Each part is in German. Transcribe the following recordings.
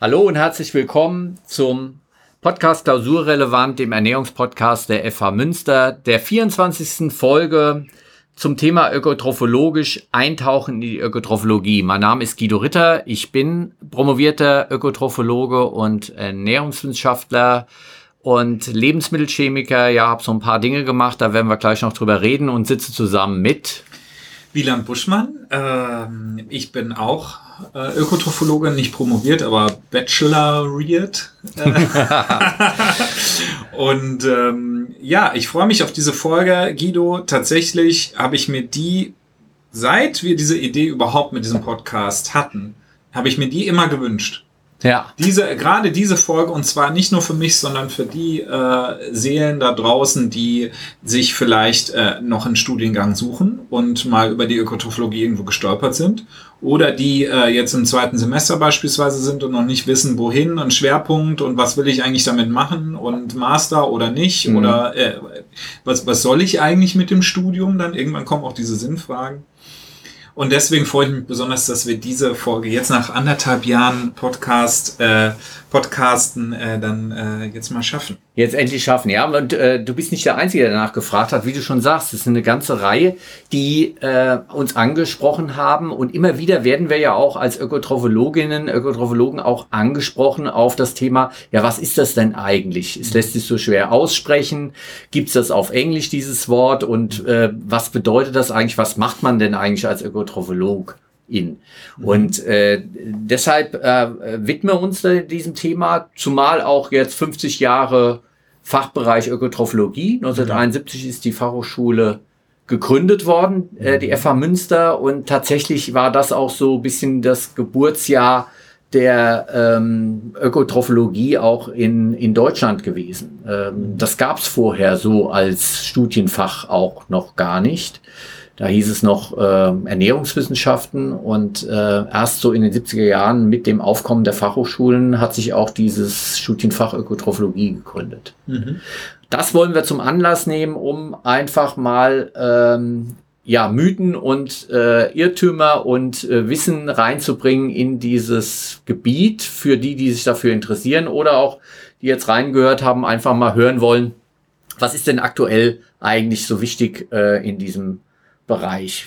Hallo und herzlich willkommen zum Podcast Klausurrelevant, dem Ernährungspodcast der FH Münster, der 24. Folge zum Thema ökotrophologisch Eintauchen in die Ökotrophologie. Mein Name ist Guido Ritter, ich bin promovierter Ökotrophologe und Ernährungswissenschaftler und Lebensmittelchemiker. Ja, habe so ein paar Dinge gemacht, da werden wir gleich noch drüber reden und sitze zusammen mit Wieland Buschmann. Ich bin auch Ökotrophologe, nicht promoviert, aber bacheloriert. Und ich freue mich auf diese Folge, Guido. Tatsächlich habe ich mir seit wir diese Idee überhaupt mit diesem Podcast hatten, habe ich mir die immer gewünscht. Ja. Gerade diese Folge, und zwar nicht nur für mich, sondern für die Seelen da draußen, die sich vielleicht noch einen Studiengang suchen und mal über die Ökotrophologie irgendwo gestolpert sind. Oder die jetzt im 2. Semester beispielsweise sind und noch nicht wissen, wohin und Schwerpunkt und was will ich eigentlich damit machen und Master oder nicht. Oder was soll ich eigentlich mit dem Studium? Dann irgendwann kommen auch diese Sinnfragen. Und deswegen freue ich mich besonders, dass wir diese Folge jetzt nach 1,5 Jahren Podcasten jetzt mal schaffen. Jetzt endlich schaffen, ja. Und du bist nicht der Einzige, der danach gefragt hat. Wie du schon sagst, es ist eine ganze Reihe, die uns angesprochen haben. Und immer wieder werden wir ja auch als Ökotrophologen auch angesprochen auf das Thema, ja, was ist das denn eigentlich? Es lässt sich so schwer aussprechen. Gibt es das auf Englisch, dieses Wort? Und was bedeutet das eigentlich? Was macht man denn eigentlich als Ökotropholog? Und deshalb widmen wir uns diesem Thema, zumal auch jetzt 50 Jahre Fachbereich Ökotrophologie. 1971 ist die Fachhochschule gegründet worden, die FH Münster, und tatsächlich war das auch so ein bisschen das Geburtsjahr der Ökotrophologie auch in Deutschland gewesen. Das gab es vorher so als Studienfach auch noch gar nicht. Da hieß es noch Ernährungswissenschaften, und erst so in den 70er Jahren mit dem Aufkommen der Fachhochschulen hat sich auch dieses Studienfach Ökotrophologie gegründet. Das wollen wir zum Anlass nehmen, um einfach mal Mythen und Irrtümer und Wissen reinzubringen in dieses Gebiet für die sich dafür interessieren oder auch die jetzt reingehört haben, einfach mal hören wollen, was ist denn aktuell eigentlich so wichtig in diesem Bereich.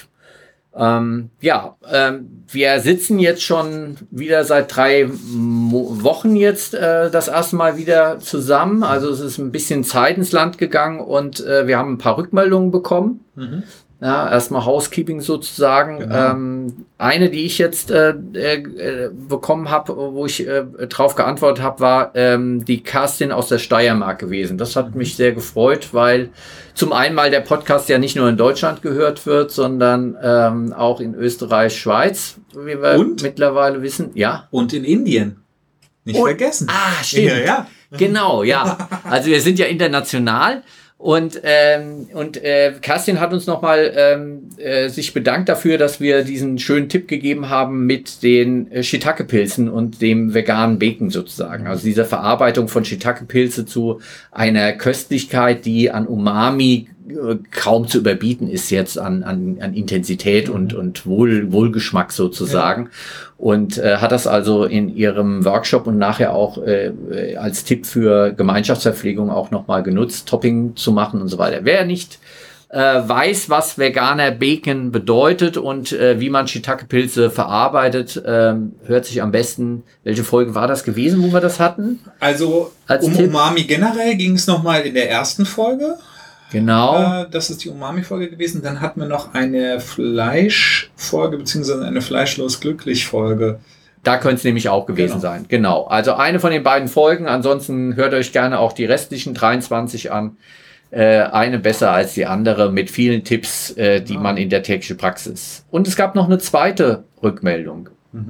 Wir sitzen jetzt schon wieder seit 3 Wochen jetzt das erste Mal wieder zusammen. Also es ist ein bisschen Zeit ins Land gegangen und wir haben ein paar Rückmeldungen bekommen. Ja, erstmal Housekeeping sozusagen. Genau. Eine, die ich jetzt bekommen habe, wo ich drauf geantwortet habe, war die Kerstin aus der Steiermark gewesen. Das hat mich sehr gefreut, weil zum einen mal der Podcast ja nicht nur in Deutschland gehört wird, sondern auch in Österreich, Schweiz, wie wir mittlerweile wissen. Ja. Und in Indien. Nicht vergessen. Ah, stimmt. Ja. Genau, ja. Also wir sind ja international. Und Kerstin hat uns nochmal sich bedankt dafür, dass wir diesen schönen Tipp gegeben haben mit den Shiitake-Pilzen und dem veganen Bacon sozusagen. Also diese Verarbeitung von Shiitake-Pilze zu einer Köstlichkeit, die an Umami kaum zu überbieten ist jetzt an Intensität und Wohlgeschmack sozusagen. Und hat das also in ihrem Workshop und nachher auch als Tipp für Gemeinschaftsverpflegung auch nochmal genutzt, Topping zu machen und so weiter. Wer nicht weiß, was veganer Bacon bedeutet und wie man Shiitake-Pilze verarbeitet, hört sich am besten, welche Folge war das gewesen, wo wir das hatten? Also Umami generell ging es nochmal in der ersten Folge. Genau. Das ist die Umami-Folge gewesen. Dann hatten wir noch eine Fleischfolge, beziehungsweise eine Fleischlos-glücklich-Folge. Da könnte es nämlich auch gewesen sein. Genau. Also eine von den beiden Folgen. Ansonsten hört euch gerne auch die restlichen 23 an. Eine besser als die andere mit vielen Tipps, die man in der täglichen Praxis. Und es gab noch eine zweite Rückmeldung.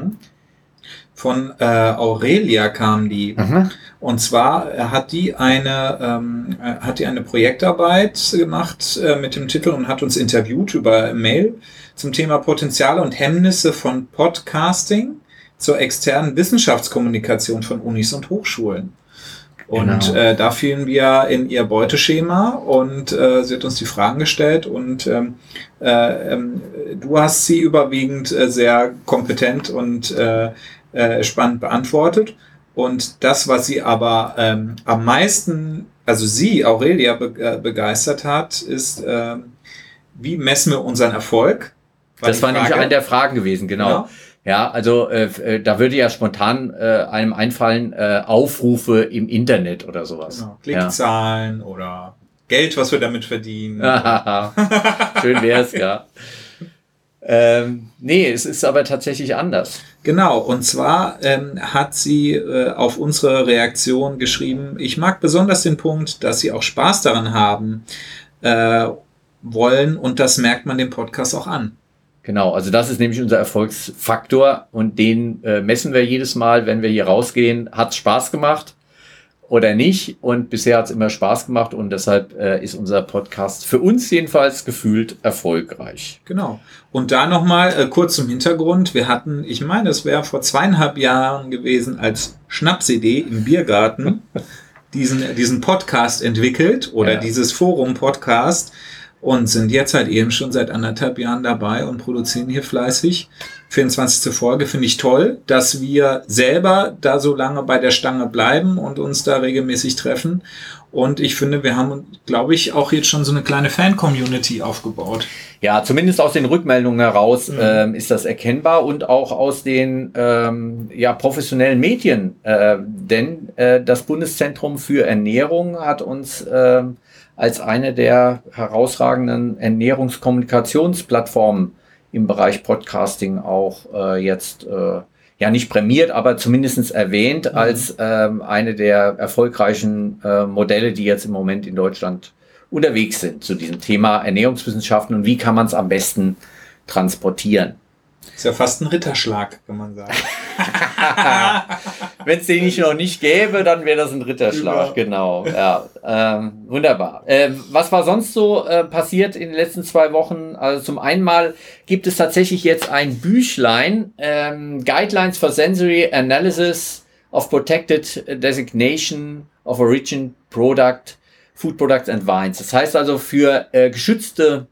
Von Aurelia kam die. Und zwar hat die eine Projektarbeit gemacht mit dem Titel und hat uns interviewt über Mail zum Thema Potenziale und Hemmnisse von Podcasting zur externen Wissenschaftskommunikation von Unis und Hochschulen. Und da fielen wir in ihr Beuteschema und sie hat uns die Fragen gestellt und du hast sie überwiegend sehr kompetent und spannend beantwortet. Und das, was sie aber am meisten, also sie, Aurelia, begeistert hat, ist, wie messen wir unseren Erfolg? Das war nämlich eine der Fragen gewesen, genau. Ja, also da würde ja spontan einem einfallen, Aufrufe im Internet oder sowas. Genau. Klickzahlen oder Geld, was wir damit verdienen. Schön wär's, ja. Nee, es ist aber tatsächlich anders. Genau, und zwar hat sie auf unsere Reaktion geschrieben, ich mag besonders den Punkt, dass sie auch Spaß daran haben wollen, und das merkt man dem Podcast auch an. Genau, also das ist nämlich unser Erfolgsfaktor, und den messen wir jedes Mal, wenn wir hier rausgehen. Hat's Spaß gemacht oder nicht? Und bisher hat's immer Spaß gemacht, und deshalb ist unser Podcast für uns jedenfalls gefühlt erfolgreich. Genau. Und da nochmal kurz zum Hintergrund. Wir hatten, ich meine, es wäre vor 2,5 Jahren gewesen, als Schnapsidee im Biergarten diesen Podcast entwickelt oder dieses Forum-Podcast, und sind jetzt halt eben schon seit 1,5 Jahren dabei und produzieren hier fleißig. 24. Folge, finde ich toll, dass wir selber da so lange bei der Stange bleiben und uns da regelmäßig treffen. Und ich finde, wir haben, glaube ich, auch jetzt schon so eine kleine Fan-Community aufgebaut. Ja, zumindest aus den Rückmeldungen heraus ist das erkennbar, und auch aus den professionellen Medien. Denn das Bundeszentrum für Ernährung hat uns als eine der herausragenden Ernährungskommunikationsplattformen im Bereich Podcasting auch jetzt nicht prämiert, aber zumindest erwähnt als eine der erfolgreichen Modelle, die jetzt im Moment in Deutschland unterwegs sind zu diesem Thema Ernährungswissenschaften und wie kann man es am besten transportieren. Ist ja fast ein Ritterschlag, kann man sagen. Wenn es den noch nicht gäbe, dann wäre das ein Ritterschlag, genau. Ja, wunderbar. Was war sonst so passiert in den letzten 2 Wochen? Also zum einen mal gibt es tatsächlich jetzt ein Büchlein, Guidelines for Sensory Analysis of Protected Designation of Origin Product, Food Products and Wines. Das heißt also für geschützte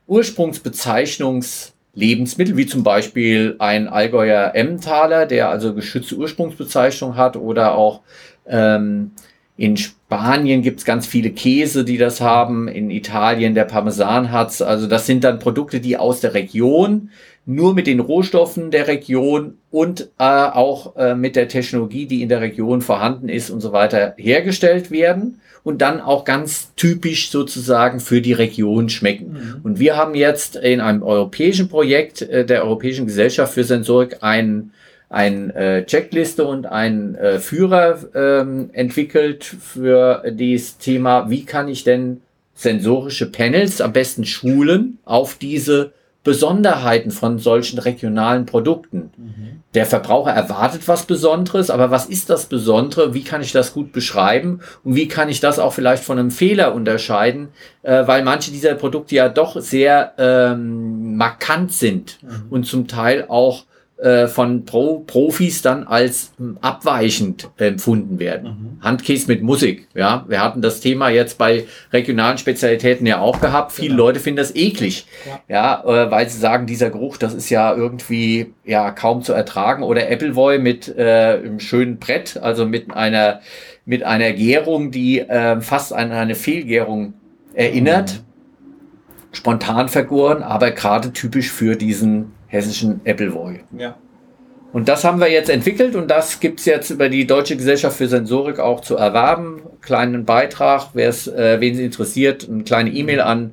Ursprungsbezeichnungs-Lebensmittel, wie zum Beispiel ein Allgäuer Emmentaler, der also geschützte Ursprungsbezeichnung hat, oder auch in Spanien gibt es ganz viele Käse, die das haben, in Italien der Parmesan hat's. Also das sind dann Produkte, die aus der Region, nur mit den Rohstoffen der Region und auch mit der Technologie, die in der Region vorhanden ist und so weiter, hergestellt werden und dann auch ganz typisch sozusagen für die Region schmecken. Mhm. Und wir haben jetzt in einem europäischen Projekt der Europäischen Gesellschaft für Sensorik eine Checkliste und einen Führer entwickelt für dieses Thema, wie kann ich denn sensorische Panels am besten schulen auf diese Besonderheiten von solchen regionalen Produkten. Mhm. Der Verbraucher erwartet was Besonderes, aber was ist das Besondere? Wie kann ich das gut beschreiben? Und wie kann ich das auch vielleicht von einem Fehler unterscheiden? Weil manche dieser Produkte ja doch sehr markant sind und zum Teil auch von Profis dann als abweichend empfunden werden. Mhm. Handkäse mit Musik, ja. Wir hatten das Thema jetzt bei regionalen Spezialitäten ja auch gehabt. Viele Leute finden das eklig, ja, weil sie sagen, dieser Geruch, das ist ja irgendwie ja kaum zu ertragen. Oder Appleboy mit einem schönen Brett, also mit einer Gärung, die fast an eine Fehlgärung erinnert. Mhm. Spontan vergoren, aber gerade typisch für diesen hessischen Appleboy. Ja. Und das haben wir jetzt entwickelt und das gibt's jetzt über die Deutsche Gesellschaft für Sensorik auch zu erwerben. Kleinen Beitrag, wen es interessiert, eine kleine E-Mail an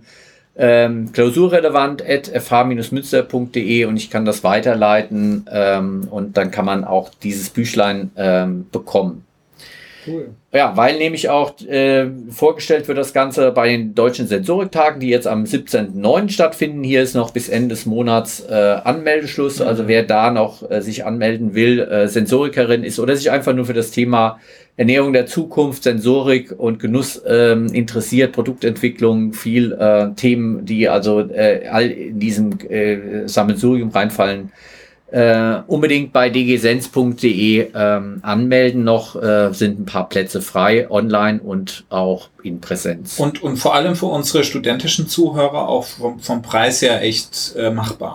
klausurrelevant@fh-münster.de und ich kann das weiterleiten und dann kann man auch dieses Büchlein bekommen. Cool. Ja, weil nämlich auch vorgestellt wird das Ganze bei den Deutschen Sensoriktagen, die jetzt am 17.09. stattfinden. Hier ist noch bis Ende des Monats Anmeldeschluss. Mhm. Also wer da noch sich anmelden will, Sensorikerin ist oder sich einfach nur für das Thema Ernährung der Zukunft, Sensorik und Genuss interessiert, Produktentwicklung, viel Themen, die also all in diesem Sammelsurium reinfallen, unbedingt bei dgsens.de anmelden noch, sind ein paar Plätze frei, online und auch in Präsenz. Und vor allem für unsere studentischen Zuhörer auch vom Preis her echt machbar.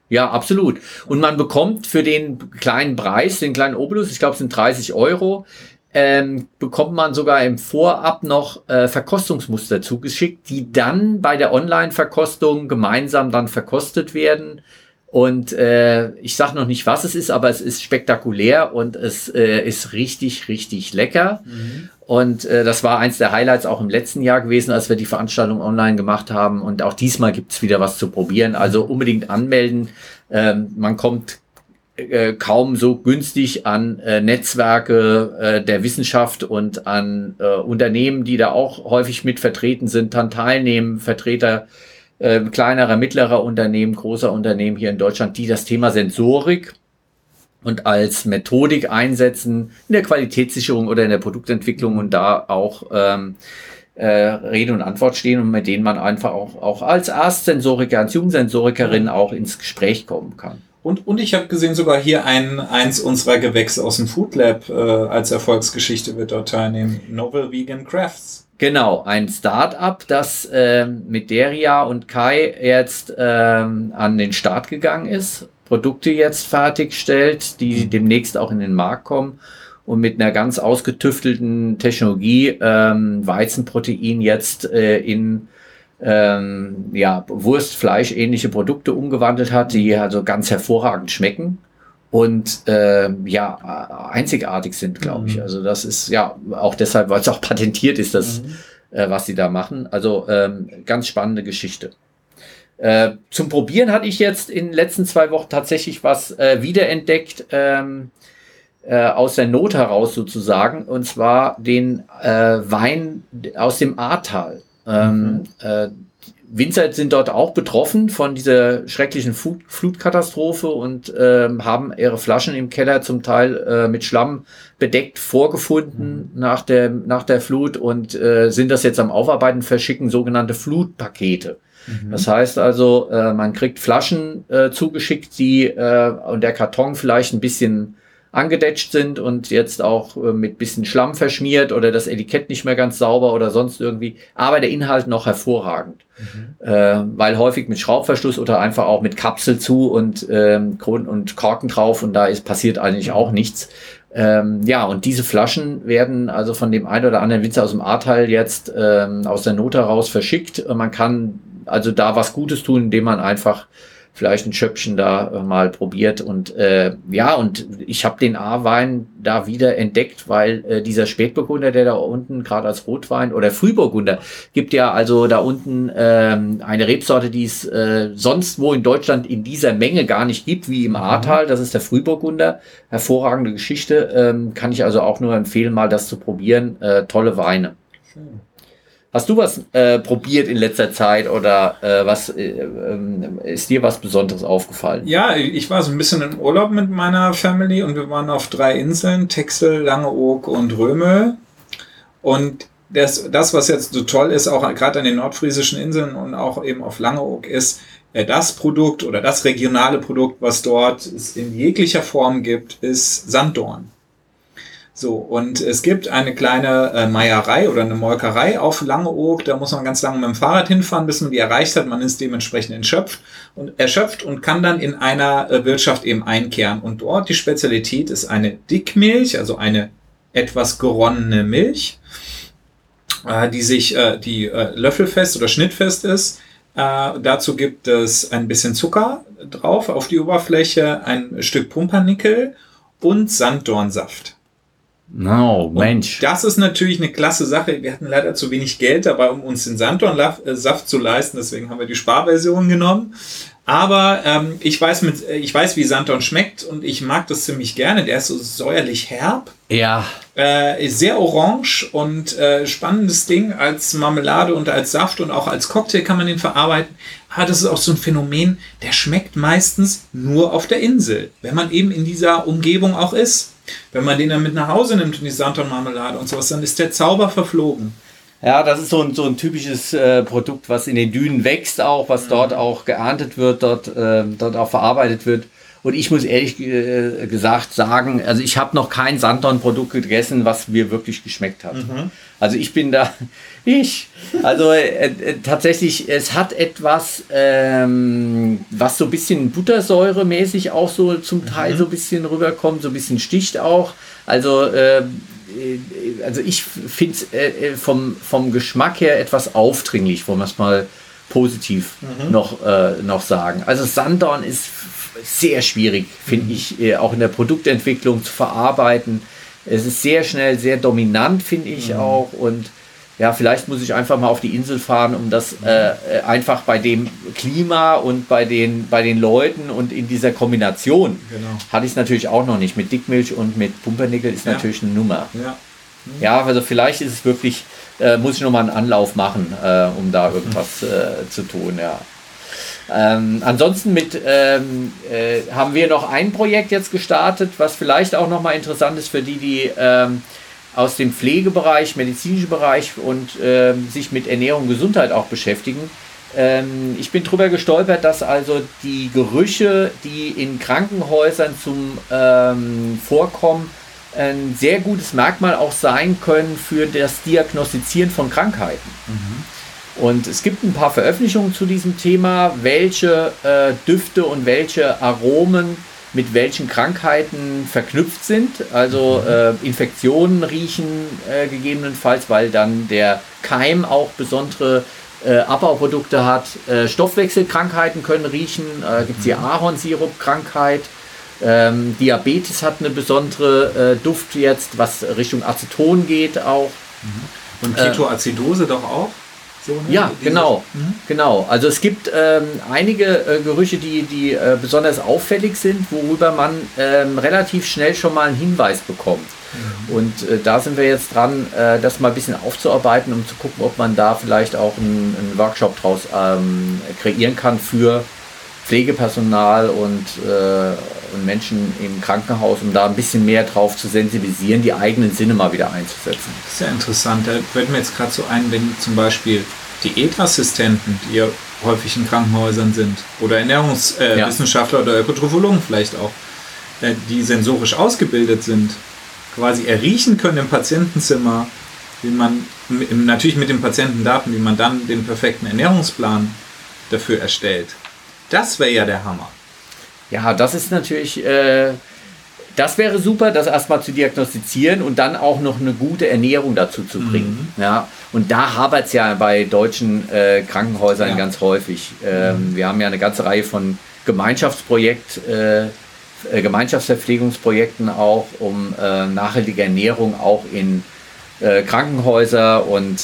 Ja, absolut. Und man bekommt für den kleinen Preis, den kleinen Obolus, ich glaube, es sind 30 €, bekommt man sogar im Vorab noch Verkostungsmuster zugeschickt, die dann bei der Online-Verkostung gemeinsam dann verkostet werden. Und ich sage noch nicht, was es ist, aber es ist spektakulär und es ist richtig, richtig lecker. Und das war eins der Highlights auch im letzten Jahr gewesen, als wir die Veranstaltung online gemacht haben. Und auch diesmal gibt's wieder was zu probieren. Also unbedingt anmelden. Man kommt kaum so günstig an Netzwerke der Wissenschaft und an Unternehmen, die da auch häufig mit vertreten sind, dann teilnehmen, Vertreter kleinerer, mittlerer Unternehmen, großer Unternehmen hier in Deutschland, die das Thema Sensorik und als Methodik einsetzen in der Qualitätssicherung oder in der Produktentwicklung und da auch Rede und Antwort stehen und mit denen man einfach auch als Erstsensoriker, als Jugendsensorikerin auch ins Gespräch kommen kann. Und ich habe gesehen, sogar hier eins unserer Gewächse aus dem Food Lab als Erfolgsgeschichte wird dort teilnehmen. Novel Vegan Crafts. Genau, ein Start-up, das mit Deria und Kai jetzt an den Start gegangen ist, Produkte jetzt fertigstellt, die demnächst auch in den Markt kommen und mit einer ganz ausgetüftelten Technologie Weizenprotein jetzt in Wurst, Fleisch ähnliche Produkte umgewandelt hat, die also ganz hervorragend schmecken und einzigartig sind, glaube ich. Also das ist ja auch deshalb, weil es auch patentiert ist, das was sie da machen. Also ganz spannende Geschichte. Zum Probieren hatte ich jetzt in den letzten 2 Wochen tatsächlich was wiederentdeckt aus der Not heraus sozusagen, und zwar den Wein aus dem Ahrtal. Winzer sind dort auch betroffen von dieser schrecklichen Flutkatastrophe und haben ihre Flaschen im Keller zum Teil mit Schlamm bedeckt vorgefunden nach der Flut und sind das jetzt am Aufarbeiten, verschicken sogenannte Flutpakete. Das heißt also, man kriegt Flaschen zugeschickt, die und der Karton vielleicht ein bisschen angedetscht sind und jetzt auch mit bisschen Schlamm verschmiert oder das Etikett nicht mehr ganz sauber oder sonst irgendwie, aber der Inhalt noch hervorragend. Weil häufig mit Schraubverschluss oder einfach auch mit Kapsel zu und Korken drauf und passiert eigentlich auch nichts. Und diese Flaschen werden also von dem einen oder anderen Winzer aus dem Ahrtal jetzt aus der Not heraus verschickt. Man kann also da was Gutes tun, indem man einfach vielleicht ein Schöppchen da mal probiert und und ich habe den A-Wein da wieder entdeckt, weil dieser Spätburgunder, der da unten gerade als Rotwein oder Frühburgunder gibt ja also da unten eine Rebsorte, die es sonst wo in Deutschland in dieser Menge gar nicht gibt, wie im Ahrtal. Das ist der Frühburgunder. Hervorragende Geschichte. Kann ich also auch nur empfehlen, mal das zu probieren. Tolle Weine. Hast du was probiert in letzter Zeit oder ist dir was Besonderes aufgefallen? Ja, ich war so ein bisschen im Urlaub mit meiner Family und wir waren auf 3 Inseln, Texel, Langeoog und Römel. Und das, was jetzt so toll ist, auch gerade an den nordfriesischen Inseln und auch eben auf Langeoog, ist das Produkt oder das regionale Produkt, was dort es in jeglicher Form gibt, ist Sanddorn. So, und es gibt eine kleine Meierei oder eine Molkerei auf Langeoog. Da muss man ganz lange mit dem Fahrrad hinfahren, bis man die erreicht hat. Man ist dementsprechend erschöpft und kann dann in einer Wirtschaft eben einkehren. Und dort die Spezialität ist eine Dickmilch, also eine etwas geronnene Milch, die löffelfest oder schnittfest ist. Dazu gibt es ein bisschen Zucker drauf auf die Oberfläche, ein Stück Pumpernickel und Sanddornsaft. No, Mensch. Und das ist natürlich eine klasse Sache. Wir hatten leider zu wenig Geld dabei, um uns den Sanddornsaft zu leisten. Deswegen haben wir die Sparversion genommen. Aber ich weiß, wie Sanddorn schmeckt und ich mag das ziemlich gerne. Der ist so säuerlich herb. Ja. Sehr orange und spannendes Ding als Marmelade und als Saft und auch als Cocktail kann man den verarbeiten. Aber das ist auch so ein Phänomen, der schmeckt meistens nur auf der Insel, wenn man eben in dieser Umgebung auch ist. Wenn man den dann mit nach Hause nimmt und die Sanddornmarmelade und sowas, dann ist der Zauber verflogen. Ja, das ist so ein typisches Produkt, was in den Dünen wächst auch, was dort auch geerntet wird, dort auch verarbeitet wird. Und ich muss ehrlich gesagt sagen, also ich habe noch kein Sanddorn-Produkt gegessen, was mir wirklich geschmeckt hat. Also ich bin da, tatsächlich, es hat etwas, was so ein bisschen buttersäuremäßig auch so zum Teil so ein bisschen rüberkommt, so ein bisschen sticht auch. Also ich finde es vom Geschmack her etwas aufdringlich, wollen wir es mal positiv noch sagen. Also Sanddorn ist sehr schwierig, finde ich, auch in der Produktentwicklung zu verarbeiten. Es ist sehr schnell, sehr dominant, finde ich auch. Und ja, vielleicht muss ich einfach mal auf die Insel fahren, um das einfach bei dem Klima und bei den Leuten und in dieser Kombination hatte ich es natürlich auch noch nicht. Mit Dickmilch und mit Pumpernickel ist natürlich eine Nummer. Ja, also vielleicht ist es wirklich, muss ich nochmal einen Anlauf machen, um da irgendwas zu tun, ja. Ansonsten haben wir noch ein Projekt jetzt gestartet, was vielleicht auch nochmal interessant ist für die aus dem Pflegebereich, medizinischen Bereich und sich mit Ernährung und Gesundheit auch beschäftigen. Ich bin drüber gestolpert, dass also die Gerüche, die in Krankenhäusern zum Vorkommen, ein sehr gutes Merkmal auch sein können für das Diagnostizieren von Krankheiten. Und es gibt ein paar Veröffentlichungen zu diesem Thema, welche Düfte und welche Aromen mit welchen Krankheiten verknüpft sind. Also Infektionen riechen gegebenenfalls, weil dann der Keim auch besondere Abbauprodukte hat. Stoffwechselkrankheiten können riechen. Gibt es die Ahornsirup-Krankheit. Diabetes hat eine besondere Duft jetzt, was Richtung Aceton geht auch. Und Ketoazidose doch auch? So, ne? Ja, genau. Also es gibt einige Gerüche, die besonders auffällig sind, worüber man relativ schnell schon mal einen Hinweis bekommt. Und da sind wir jetzt dran, das mal ein bisschen aufzuarbeiten, um zu gucken, ob man da vielleicht auch einen Workshop draus kreieren kann für Pflegepersonal und Menschen im Krankenhaus, um da ein bisschen mehr drauf zu sensibilisieren, die eigenen Sinne mal wieder einzusetzen. Das ist ja interessant. Da fällt mir jetzt gerade so ein, wenn zum Beispiel Diätassistenten, die ja häufig in Krankenhäusern sind, oder Ernährungswissenschaftler oder Ökotrophologen vielleicht auch, die sensorisch ausgebildet sind, quasi erriechen können im Patientenzimmer, wie man natürlich mit den Patientendaten, wie man dann den perfekten Ernährungsplan dafür erstellt. Das wäre ja der Hammer. Ja, das ist natürlich, das wäre super, das erstmal zu diagnostizieren und dann auch noch eine gute Ernährung dazu zu bringen. Ja, und da hapert es ja bei deutschen Krankenhäusern ganz häufig. Wir haben ja eine ganze Reihe von Gemeinschaftsverpflegungsprojekten auch, um nachhaltige Ernährung auch in Krankenhäuser und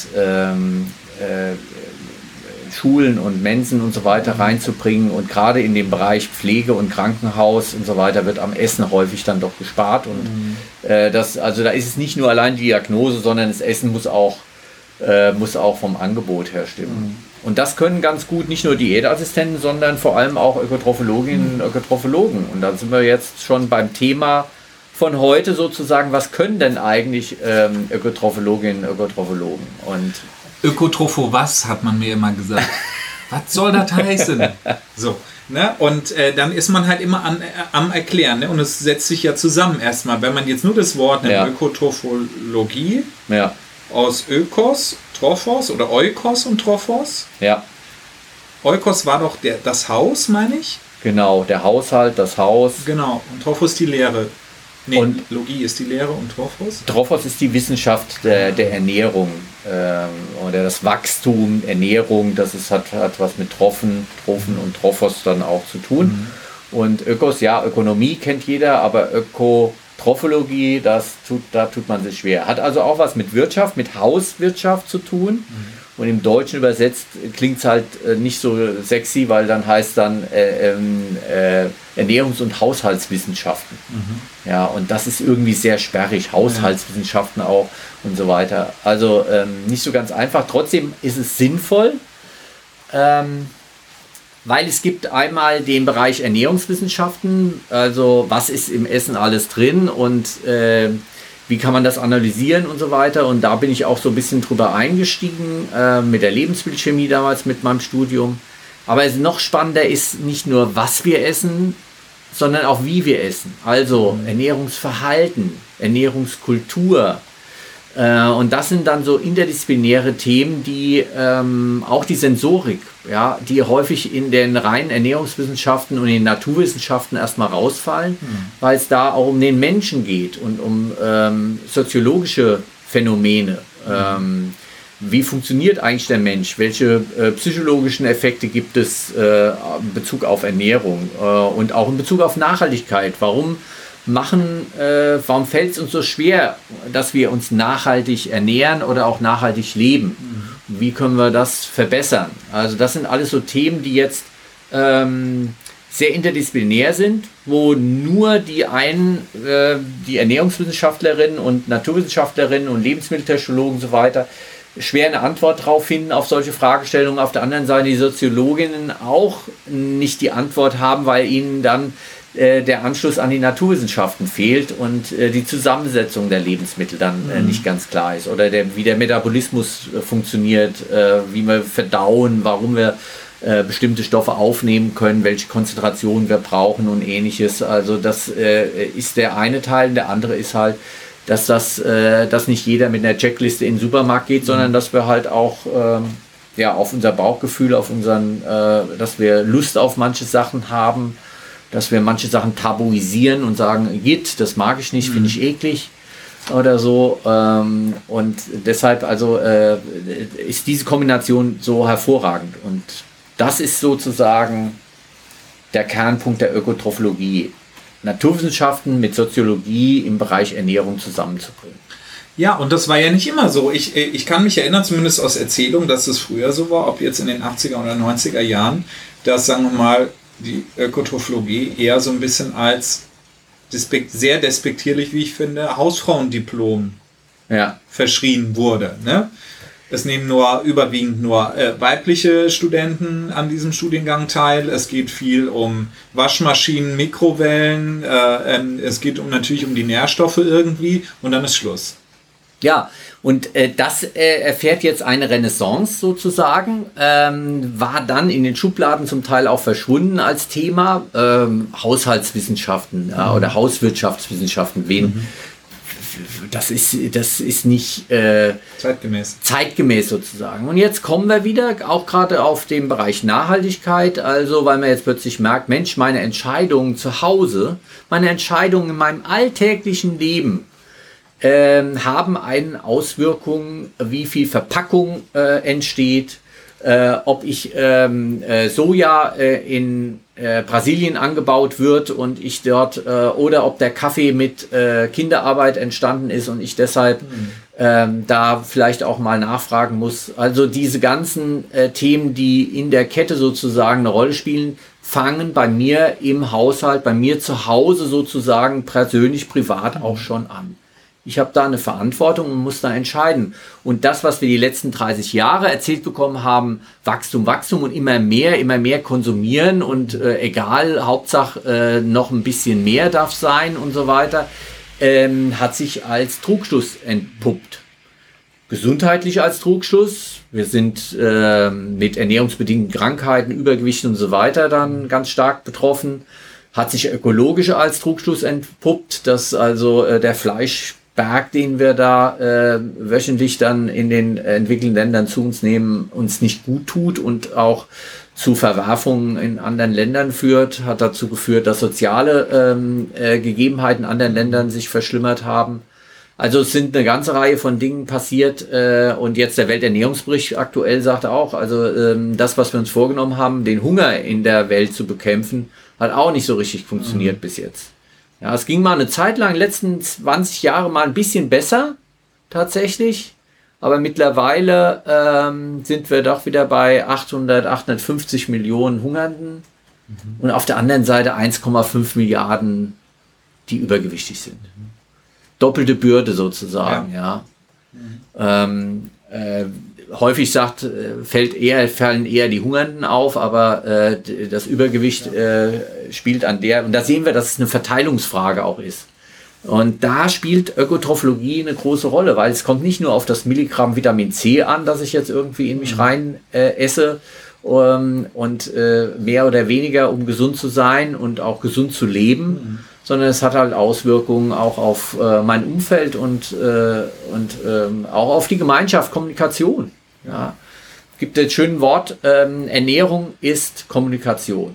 Schulen und Mensen und so weiter reinzubringen, und gerade in dem Bereich Pflege und Krankenhaus und so weiter wird am Essen häufig dann doch gespart, und also da ist es nicht nur allein die Diagnose, sondern das Essen muss auch vom Angebot her stimmen. Und das können ganz gut nicht nur Diätassistenten, sondern vor allem auch Ökotrophologinnen und Ökotrophologen. Und da sind wir jetzt schon beim Thema von heute sozusagen, was können denn eigentlich Ökotrophologinnen und Ökotrophologen? Und Ökotropho was, hat man mir immer gesagt. Was soll das heißen? So, ne? Und dann ist man halt immer am Erklären. Ne? Und es setzt sich ja zusammen erstmal. Wenn man jetzt nur das Wort nimmt, Ökotrophologie, aus Ökos, Trophos oder Eukos und Trophos. Ja. Eukos war doch das Haus, meine ich? Genau, der Haushalt, das Haus. Genau, und Trophos die Lehre. Nee, und Logie ist die Lehre und Trophos? Trophos ist die Wissenschaft der Ernährung oder das Wachstum, Ernährung, hat was mit Trophen und Trophos dann auch zu tun. Und Ökos, ja, Ökonomie kennt jeder, aber Ökotrophologie, da tut man sich schwer. Hat also auch was mit Wirtschaft, mit Hauswirtschaft zu tun. Und im Deutschen übersetzt klingt es halt nicht so sexy, weil dann heißt dann Ernährungs- und Haushaltswissenschaften. Ja, und das ist irgendwie sehr sperrig. Haushaltswissenschaften auch und so weiter. Also nicht so ganz einfach. Trotzdem ist es sinnvoll, weil es gibt einmal den Bereich Ernährungswissenschaften, also was ist im Essen alles drin und wie kann man das analysieren und so weiter. Und da bin ich auch so ein bisschen drüber eingestiegen, mit der Lebensmittelchemie damals mit meinem Studium. Aber noch spannender ist nicht nur, was wir essen, sondern auch wie wir essen. Also Ernährungsverhalten, Ernährungskultur. Und das sind dann so interdisziplinäre Themen, die auch die Sensorik, ja, die häufig in den reinen Ernährungswissenschaften und in den Naturwissenschaften erstmal rausfallen, weil es da auch um den Menschen geht und um soziologische Phänomene. Wie funktioniert eigentlich der Mensch? Welche psychologischen Effekte gibt es in Bezug auf Ernährung und auch in Bezug auf Nachhaltigkeit? Warum fällt es uns so schwer, dass wir uns nachhaltig ernähren oder auch nachhaltig leben? Wie können wir das verbessern? Also das sind alles so Themen, die jetzt sehr interdisziplinär sind, wo nur die Ernährungswissenschaftlerinnen und Naturwissenschaftlerinnen und Lebensmitteltechnologen und so weiter schwer eine Antwort drauf finden auf solche Fragestellungen. Auf der anderen Seite die Soziologinnen auch nicht die Antwort haben, weil ihnen dann der Anschluss an die Naturwissenschaften fehlt und die Zusammensetzung der Lebensmittel dann nicht ganz klar ist. Oder wie der Metabolismus funktioniert, wie wir verdauen, warum wir bestimmte Stoffe aufnehmen können, welche Konzentrationen wir brauchen und ähnliches. Also das ist der eine Teil. Der andere ist halt, dass nicht jeder mit einer Checkliste in den Supermarkt geht, sondern dass wir halt auch auf unser Bauchgefühl, dass wir Lust auf manche Sachen haben, dass wir manche Sachen tabuisieren und sagen, das mag ich nicht, finde ich eklig oder so. Und deshalb ist diese Kombination so hervorragend. Und das ist sozusagen der Kernpunkt der Ökotrophologie. Naturwissenschaften mit Soziologie im Bereich Ernährung zusammenzubringen. Ja, und das war ja nicht immer so. Ich kann mich erinnern, zumindest aus Erzählungen, dass es früher so war, ob jetzt in den 80er oder 90er Jahren, dass, sagen wir mal, die Ökotrophologie eher so ein bisschen als sehr despektierlich, wie ich finde, Hausfrauendiplom verschrien wurde. Ne? Es nehmen überwiegend nur weibliche Studenten an diesem Studiengang teil. Es geht viel um Waschmaschinen, Mikrowellen. Es geht natürlich um die Nährstoffe irgendwie und dann ist Schluss. Ja, und das erfährt jetzt eine Renaissance sozusagen, war dann in den Schubladen zum Teil auch verschwunden als Thema, Haushaltswissenschaften oder Hauswirtschaftswissenschaften, das ist nicht zeitgemäß sozusagen. Und jetzt kommen wir wieder auch gerade auf den Bereich Nachhaltigkeit, also weil man jetzt plötzlich merkt, Mensch, meine Entscheidungen zu Hause, meine Entscheidungen in meinem alltäglichen Leben haben eine Auswirkung, wie viel Verpackung entsteht, ob ich Soja in Brasilien angebaut wird und ich dort oder ob der Kaffee mit Kinderarbeit entstanden ist und ich deshalb da vielleicht auch mal nachfragen muss. Also diese ganzen Themen, die in der Kette sozusagen eine Rolle spielen, fangen bei mir im Haushalt, bei mir zu Hause sozusagen persönlich, privat auch schon an. Ich habe da eine Verantwortung und muss da entscheiden. Und das, was wir die letzten 30 Jahre erzählt bekommen haben, Wachstum und immer mehr konsumieren und egal, Hauptsache noch ein bisschen mehr darf sein und so weiter, hat sich als Trugschluss entpuppt. Gesundheitlich als Trugschluss. Wir sind mit ernährungsbedingten Krankheiten, Übergewicht und so weiter dann ganz stark betroffen. Hat sich ökologisch als Trugschluss entpuppt, dass also der Fleischberg, den wir da wöchentlich dann in den entwickelten Ländern zu uns nehmen, uns nicht gut tut und auch zu Verwerfungen in anderen Ländern führt, hat dazu geführt, dass soziale Gegebenheiten in anderen Ländern sich verschlimmert haben. Also es sind eine ganze Reihe von Dingen passiert und jetzt der Welternährungsbericht aktuell sagt auch, also das, was wir uns vorgenommen haben, den Hunger in der Welt zu bekämpfen, hat auch nicht so richtig funktioniert bis jetzt. Ja, es ging mal eine Zeit lang, letzten 20 Jahre mal ein bisschen besser, tatsächlich. Aber mittlerweile sind wir doch wieder bei 850 Millionen Hungernden. Und auf der anderen Seite 1,5 Milliarden, die übergewichtig sind. Doppelte Bürde sozusagen, ja. Häufig fallen eher die Hungernden auf, aber das Übergewicht spielt an der, und da sehen wir, dass es eine Verteilungsfrage auch ist. Und da spielt Ökotrophologie eine große Rolle, weil es kommt nicht nur auf das Milligramm Vitamin C an, das ich jetzt irgendwie in mich rein esse und mehr oder weniger, um gesund zu sein und auch gesund zu leben, sondern es hat halt Auswirkungen auch auf mein Umfeld und auch auf die Gemeinschaft, Kommunikation. Ja. Es gibt das schöne Wort, Ernährung ist Kommunikation.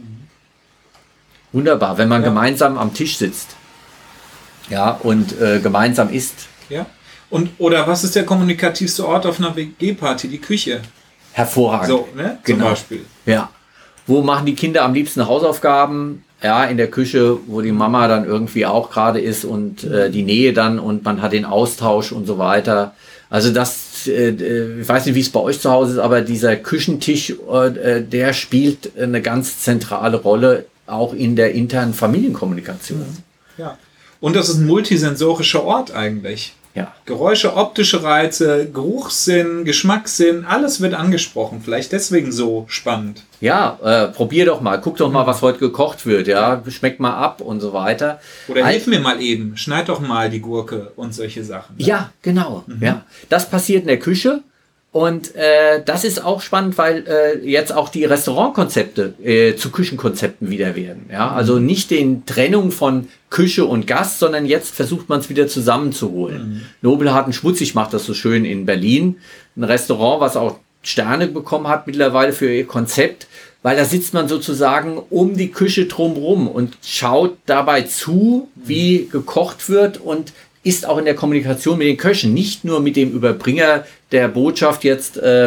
Wunderbar, wenn man gemeinsam am Tisch sitzt, ja, und gemeinsam isst. Ja. Oder was ist der kommunikativste Ort auf einer WG-Party? Die Küche. Hervorragend. So, ne? Zum Beispiel. Ja. Wo machen die Kinder am liebsten Hausaufgaben? Ja, in der Küche, wo die Mama dann irgendwie auch gerade ist und die Nähe dann und man hat den Austausch und so weiter. Also das, ich weiß nicht, wie es bei euch zu Hause ist, aber dieser Küchentisch, der spielt eine ganz zentrale Rolle auch in der internen Familienkommunikation. Ja. Und das ist ein multisensorischer Ort eigentlich. Ja. Geräusche, optische Reize, Geruchssinn, Geschmackssinn, alles wird angesprochen. Vielleicht deswegen so spannend. Ja, probier doch mal, guck doch mal, was heute gekocht wird, ja, schmeckt mal ab und so weiter. Oder hilf mir mal eben, schneid doch mal die Gurke und solche Sachen. Ja, genau. Ja. Das passiert in der Küche. Und das ist auch spannend, weil jetzt auch die Restaurantkonzepte zu Küchenkonzepten wieder werden. Ja? Also nicht den Trennung von Küche und Gast, sondern jetzt versucht man es wieder zusammenzuholen. Nobelharten Schmutzig macht das so schön in Berlin. Ein Restaurant, was auch Sterne bekommen hat mittlerweile für ihr Konzept, weil da sitzt man sozusagen um die Küche drumherum und schaut dabei zu, wie gekocht wird und ist auch in der Kommunikation mit den Köchen, nicht nur mit dem Überbringer der Botschaft jetzt der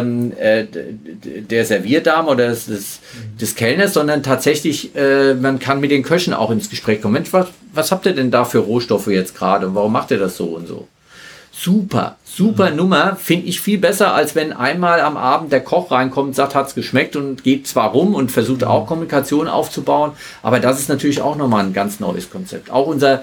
Servierdame oder des Kellners, sondern tatsächlich, man kann mit den Köchen auch ins Gespräch kommen. Mensch, was habt ihr denn da für Rohstoffe jetzt gerade und warum macht ihr das so und so? Super Nummer, finde ich viel besser, als wenn einmal am Abend der Koch reinkommt und sagt, hat's geschmeckt und geht zwar rum und versucht auch Kommunikation aufzubauen, aber das ist natürlich auch nochmal ein ganz neues Konzept. Auch unser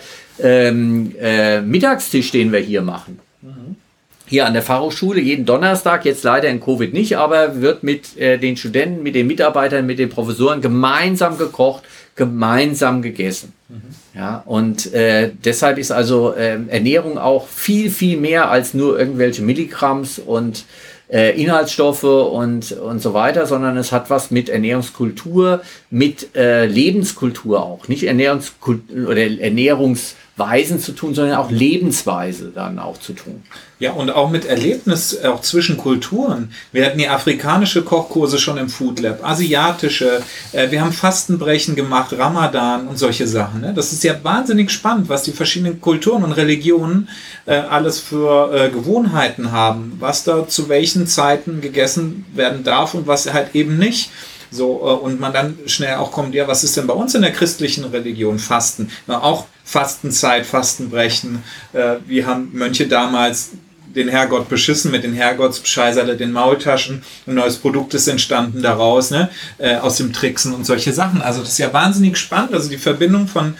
Mittagstisch, den wir hier machen. Hier an der Fachhochschule, jeden Donnerstag, jetzt leider in Covid nicht, aber wird mit den Studenten, mit den Mitarbeitern, mit den Professoren gemeinsam gekocht, gemeinsam gegessen. Ja, und deshalb ist also Ernährung auch viel, viel mehr als nur irgendwelche Milligramms und Inhaltsstoffe und so weiter, sondern es hat was mit Ernährungskultur, mit Lebenskultur auch. Nicht Ernährungskultur oder Ernährungsweisen zu tun, sondern auch Lebensweise dann auch zu tun. Ja, und auch mit Erlebnis, auch zwischen Kulturen. Wir hatten die afrikanische Kochkurse schon im Food Lab, asiatische, wir haben Fastenbrechen gemacht, Ramadan und solche Sachen. Ne? Das ist ja wahnsinnig spannend, was die verschiedenen Kulturen und Religionen alles für Gewohnheiten haben, was da zu welchen Zeiten gegessen werden darf und was halt eben nicht. So, und man dann schnell auch kommt, ja, was ist denn bei uns in der christlichen Religion? Fasten. Na, auch Fastenzeit, Fastenbrechen. Wie haben Mönche damals den Herrgott beschissen mit den Herrgottsbescheißerle, den Maultaschen. Ein neues Produkt ist entstanden daraus, ne? Aus dem Tricksen und solche Sachen. Also das ist ja wahnsinnig spannend. Also die Verbindung von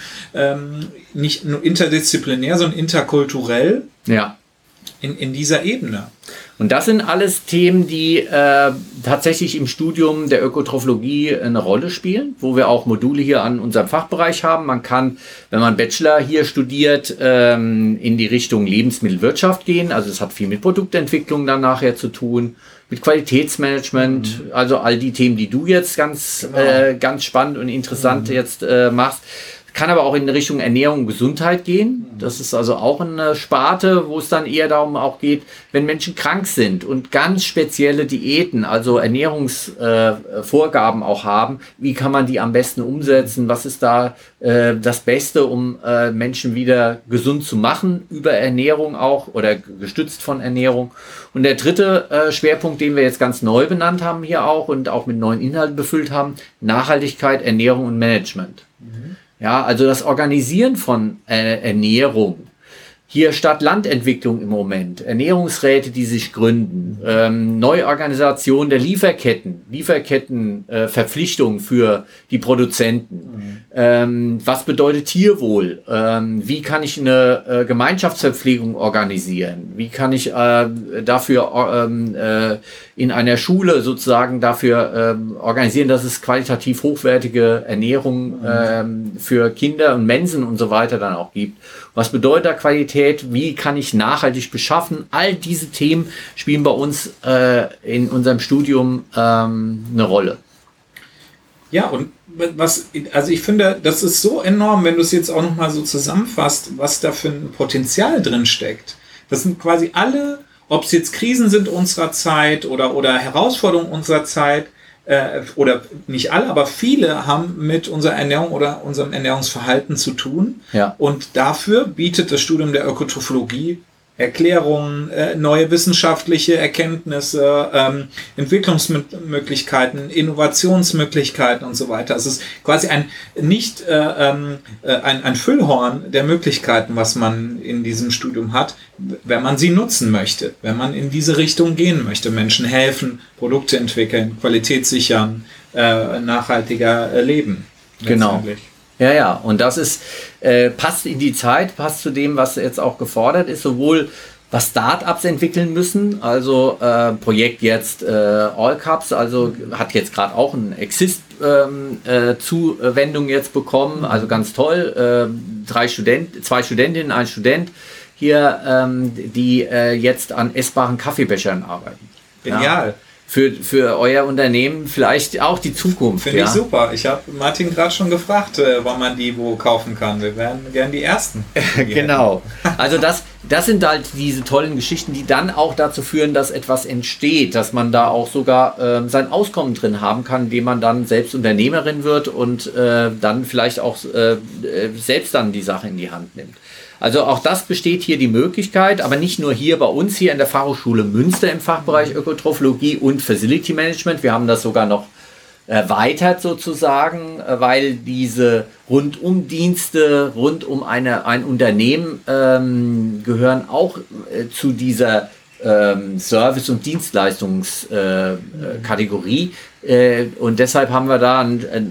nicht nur interdisziplinär, sondern interkulturell. Ja. In dieser Ebene. Und das sind alles Themen, die tatsächlich im Studium der Ökotrophologie eine Rolle spielen, wo wir auch Module hier an unserem Fachbereich haben. Man kann, wenn man Bachelor hier studiert, in die Richtung Lebensmittelwirtschaft gehen. Also es hat viel mit Produktentwicklung dann nachher zu tun, mit Qualitätsmanagement, also all die Themen, die du jetzt ganz spannend und interessant jetzt machst. Kann aber auch in Richtung Ernährung und Gesundheit gehen. Das ist also auch eine Sparte, wo es dann eher darum auch geht, wenn Menschen krank sind und ganz spezielle Diäten, also Ernährungsvorgaben auch haben, wie kann man die am besten umsetzen? Was ist da das Beste, um Menschen wieder gesund zu machen, über Ernährung auch oder gestützt von Ernährung? Und der dritte Schwerpunkt, den wir jetzt ganz neu benannt haben hier auch und auch mit neuen Inhalten befüllt haben, Nachhaltigkeit, Ernährung und Management. Ja, also das Organisieren von Ernährung. Hier Stadt-Land-Entwicklung im Moment, Ernährungsräte, die sich gründen, Neuorganisation der Lieferkettenverpflichtungen für die Produzenten. Was bedeutet Tierwohl? Wie kann ich eine Gemeinschaftsverpflegung organisieren? Wie kann ich dafür in einer Schule sozusagen dafür organisieren, dass es qualitativ hochwertige Ernährung für Kinder und Mensen und so weiter dann auch gibt? Was bedeutet da Qualität? Wie kann ich nachhaltig beschaffen? All diese Themen spielen bei uns in unserem Studium eine Rolle. Ja, und also ich finde, das ist so enorm, wenn du es jetzt auch nochmal so zusammenfasst, was da für ein Potenzial drin steckt. Das sind quasi alle, ob es jetzt Krisen sind unserer Zeit oder Herausforderungen unserer Zeit, oder nicht alle, aber viele haben mit unserer Ernährung oder unserem Ernährungsverhalten zu tun. Ja. Und dafür bietet das Studium der Ökotrophologie Erklärungen, neue wissenschaftliche Erkenntnisse, Entwicklungsmöglichkeiten, Innovationsmöglichkeiten und so weiter. Es ist quasi ein Füllhorn der Möglichkeiten, was man in diesem Studium hat, wenn man sie nutzen möchte, wenn man in diese Richtung gehen möchte, Menschen helfen, Produkte entwickeln, Qualität sichern, nachhaltiger leben. Genau. Ja, und das ist, passt in die Zeit, passt zu dem, was jetzt auch gefordert ist, sowohl was Startups entwickeln müssen, also Projekt jetzt All Cups, also hat jetzt gerade auch ein Exist-Zuwendung jetzt bekommen, also ganz toll, 2 Studentinnen, 1 Student hier, die jetzt an essbaren Kaffeebechern arbeiten. Genial. Ja. Für euer Unternehmen vielleicht auch die Zukunft. Finde ich super. Ich habe Martin gerade schon gefragt, wann man die wo kaufen kann. Wir wären gern die Ersten. Genau. Also das sind halt diese tollen Geschichten, die dann auch dazu führen, dass etwas entsteht, dass man da auch sogar sein Auskommen drin haben kann, indem man dann selbst Unternehmerin wird und dann vielleicht auch selbst dann die Sache in die Hand nimmt. Also auch das besteht hier die Möglichkeit, aber nicht nur hier bei uns, hier in der Fachhochschule Münster im Fachbereich Ökotrophologie und Facility Management. Wir haben das sogar noch erweitert sozusagen, weil diese Rundumdienste rund um ein Unternehmen gehören auch zu dieser Service- und Dienstleistungskategorie. Und deshalb haben wir da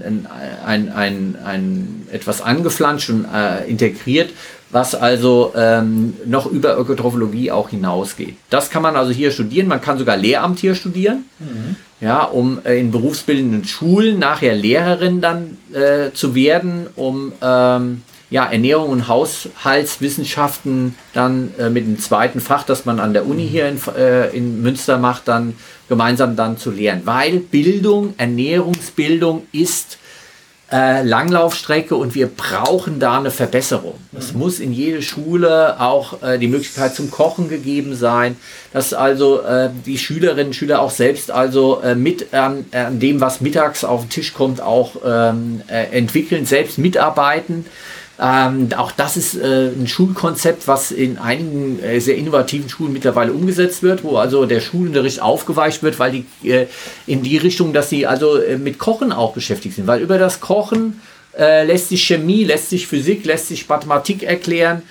etwas angeflanscht und integriert, was also noch über Ökotrophologie auch hinausgeht. Das kann man also hier studieren. Man kann sogar Lehramt hier studieren, ja, um in berufsbildenden Schulen nachher Lehrerin dann zu werden, um Ernährung und Haushaltswissenschaften dann mit dem zweiten Fach, das man an der Uni hier in Münster macht, dann gemeinsam dann zu lehren. Weil Bildung, Ernährungsbildung ist Langlaufstrecke und wir brauchen da eine Verbesserung. Es muss in jede Schule auch die Möglichkeit zum Kochen gegeben sein, dass also die Schülerinnen und Schüler auch selbst also mit an dem, was mittags auf den Tisch kommt, auch entwickeln, selbst mitarbeiten. Auch das ist ein Schulkonzept, was in einigen sehr innovativen Schulen mittlerweile umgesetzt wird, wo also der Schulunterricht aufgeweicht wird, weil die in die Richtung, dass sie also mit Kochen auch beschäftigt sind. Weil über das Kochen lässt sich Chemie, lässt sich Physik, lässt sich Mathematik erklären.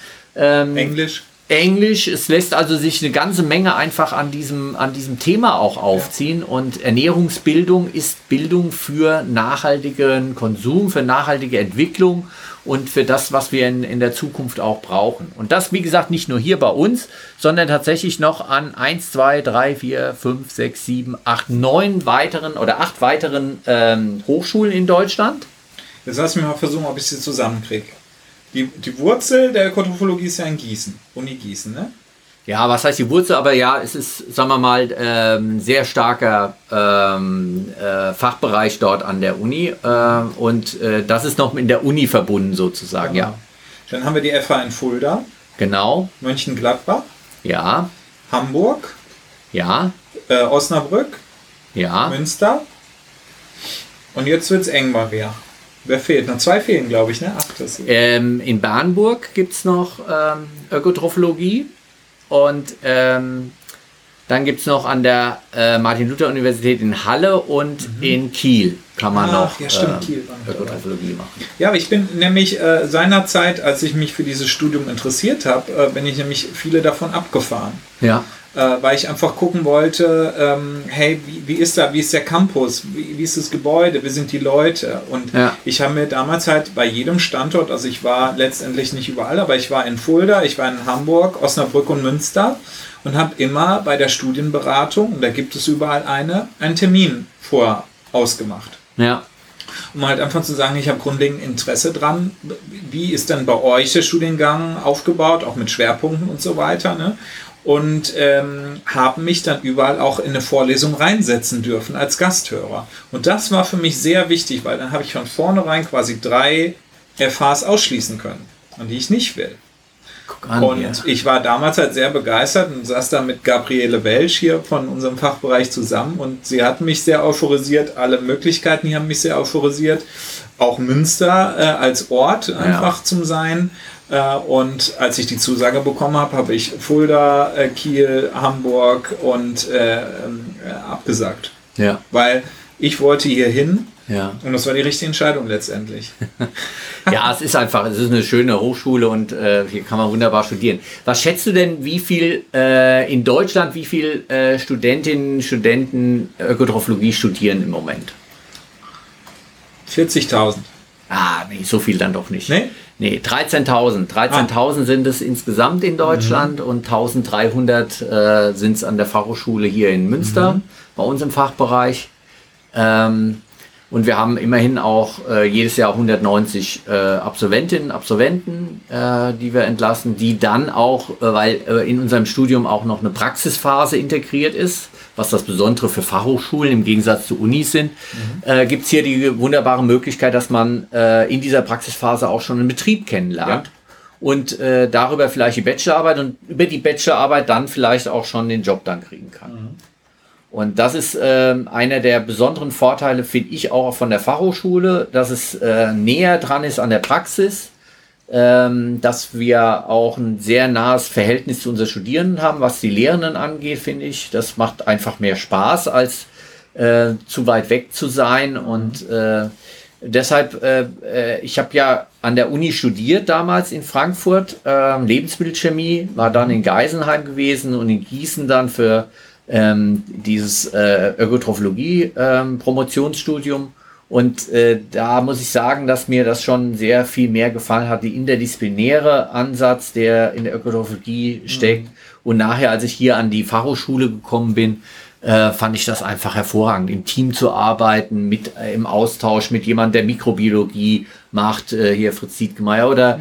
Englisch, es lässt also sich eine ganze Menge einfach an diesem Thema auch aufziehen. Ja. Und Ernährungsbildung ist Bildung für nachhaltigen Konsum, für nachhaltige Entwicklung und für das, was wir in der Zukunft auch brauchen. Und das, wie gesagt, nicht nur hier bei uns, sondern tatsächlich noch an 1, 2, 3, 4, 5, 6, 7, 8, 9 weiteren oder 8 weiteren Hochschulen in Deutschland. Jetzt lass mich mal versuchen, ob ich sie zusammenkriege. Die Wurzel der Ökotrophologie ist ja in Gießen, Uni Gießen, ne? Ja, was heißt die Wurzel? Aber ja, es ist, sagen wir mal, sehr starker Fachbereich dort an der Uni. Und das ist noch in der Uni verbunden sozusagen, ja. Dann haben wir die FH in Fulda. Genau. Mönchengladbach. Ja. Hamburg. Ja. Osnabrück. Ja. Münster. Und jetzt wird es eng, Maria. Wer fehlt? Noch 2 fehlen, glaube ich, ne? 8. In Bernburg gibt es noch Ökotrophologie und dann gibt es noch an der Martin-Luther-Universität in Halle und in Kiel kann man noch Kiel Ökotrophologie machen. Ja, aber ich bin nämlich seinerzeit, als ich mich für dieses Studium interessiert habe, bin ich nämlich viele davon abgefahren. Ja. Weil ich einfach gucken wollte, hey, wie ist der Campus, wie ist das Gebäude, wie sind die Leute? Und ich habe mir damals halt bei jedem Standort, also ich war letztendlich nicht überall, aber ich war in Fulda, ich war in Hamburg, Osnabrück und Münster und habe immer bei der Studienberatung, und da gibt es überall einen Termin ausgemacht. Ja. um halt einfach zu sagen, ich habe grundlegend Interesse dran. Wie ist denn bei euch der Studiengang aufgebaut, auch mit Schwerpunkten und so weiter, ne? Und haben mich dann überall auch in eine Vorlesung reinsetzen dürfen als Gasthörer. Und das war für mich sehr wichtig, weil dann habe ich von vornherein quasi 3 FHs ausschließen können, an die ich nicht will. Und ich war damals halt sehr begeistert und saß da mit Gabriele Welsch hier von unserem Fachbereich zusammen und sie hat mich sehr euphorisiert, alle Möglichkeiten hier haben mich sehr euphorisiert, auch Münster als Ort einfach zum Sein. Und als ich die Zusage bekommen habe, habe ich Fulda, Kiel, Hamburg und abgesagt. Ja. Weil ich wollte hier hin. Ja. Und das war die richtige Entscheidung letztendlich. Ja, es ist eine schöne Hochschule und hier kann man wunderbar studieren. Was schätzt du denn, wie viel in Deutschland, wie viel Studentinnen und Studenten Ökotrophologie studieren im Moment? 40.000. Ah, nee, so viel dann doch nicht. Nee? Nee, 13.000. 13.000 sind es insgesamt in Deutschland und 1.300 sind es an der Fachhochschule hier in Münster, bei uns im Fachbereich. Und wir haben immerhin auch jedes Jahr 190 Absolventinnen und Absolventen, die wir entlassen, die dann auch, weil in unserem Studium auch noch eine Praxisphase integriert ist, was das Besondere für Fachhochschulen im Gegensatz zu Unis sind, gibt es hier die wunderbare Möglichkeit, dass man in dieser Praxisphase auch schon einen Betrieb kennenlernt. Ja. Und darüber vielleicht die Bachelorarbeit und über die Bachelorarbeit dann vielleicht auch schon den Job dann kriegen kann. Und das ist einer der besonderen Vorteile, finde ich, auch von der Fachhochschule, dass es näher dran ist an der Praxis, dass wir auch ein sehr nahes Verhältnis zu unseren Studierenden haben, was die Lehrenden angeht, finde ich. Das macht einfach mehr Spaß, als zu weit weg zu sein. Und deshalb, ich habe ja an der Uni studiert damals in Frankfurt, Lebensmittelchemie, war dann in Geisenheim gewesen und in Gießen dann für dieses Ökotrophologie-Promotionsstudium. Und da muss ich sagen, dass mir das schon sehr viel mehr gefallen hat, die interdisziplinäre Ansatz, der in der Ökotrophologie steckt. Und nachher, als ich hier an die Fachhochschule gekommen bin, fand ich das einfach hervorragend, im Team zu arbeiten, im Austausch mit jemandem, der Mikrobiologie macht, hier Fritz Dietgemeier, oder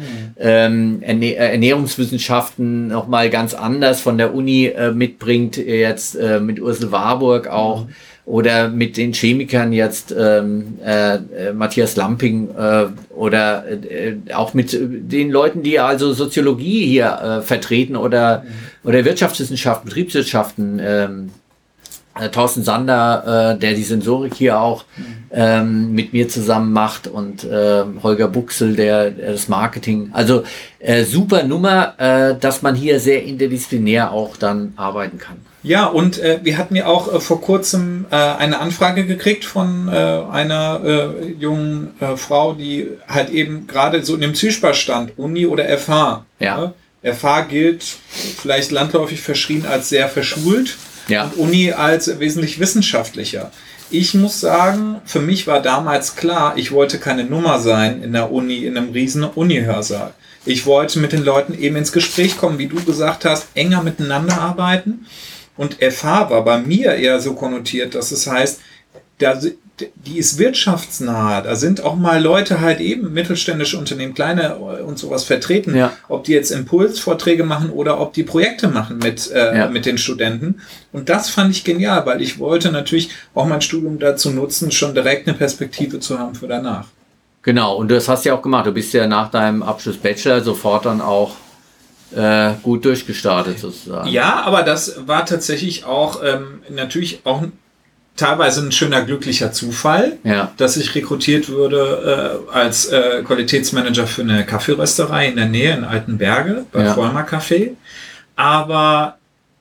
Ernährungswissenschaften nochmal ganz anders von der Uni mitbringt, jetzt mit Ursel Warburg auch, oder mit den Chemikern jetzt Matthias Lamping oder auch mit den Leuten, die also Soziologie hier vertreten oder Wirtschaftswissenschaften, Betriebswirtschaften, Thorsten Sander, der die Sensorik hier auch mit mir zusammen macht, und Holger Buchsel, der das Marketing. Also super Nummer, dass man hier sehr interdisziplinär auch dann arbeiten kann. Ja, und wir hatten ja auch vor kurzem eine Anfrage gekriegt von einer jungen Frau, die halt eben gerade so in dem Zwiespalt stand, Uni oder FH. Ja. FH gilt vielleicht landläufig verschrien als sehr verschult. Ja. Und Uni als wesentlich wissenschaftlicher. Ich muss sagen, für mich war damals klar, ich wollte keine Nummer sein in der Uni, in einem riesen Uni-Hörsaal. Ich wollte mit den Leuten eben ins Gespräch kommen, wie du gesagt hast, enger miteinander arbeiten. Und FH war bei mir eher so konnotiert, dass es heißt, die ist wirtschaftsnah. Da sind auch mal Leute halt eben, mittelständische Unternehmen, kleine und sowas vertreten. Ja. Ob die jetzt Impulsvorträge machen oder ob die Projekte machen mit den Studenten. Und das fand ich genial, weil ich wollte natürlich auch mein Studium dazu nutzen, schon direkt eine Perspektive zu haben für danach. Genau, und das hast du ja auch gemacht. Du bist ja nach deinem Abschluss Bachelor sofort dann auch gut durchgestartet sozusagen. Ja, aber das war tatsächlich auch natürlich auch teilweise ein schöner, glücklicher Zufall, dass ich rekrutiert wurde als Qualitätsmanager für eine Kaffeerösterei in der Nähe in Altenberge, bei Vollmer Café. Aber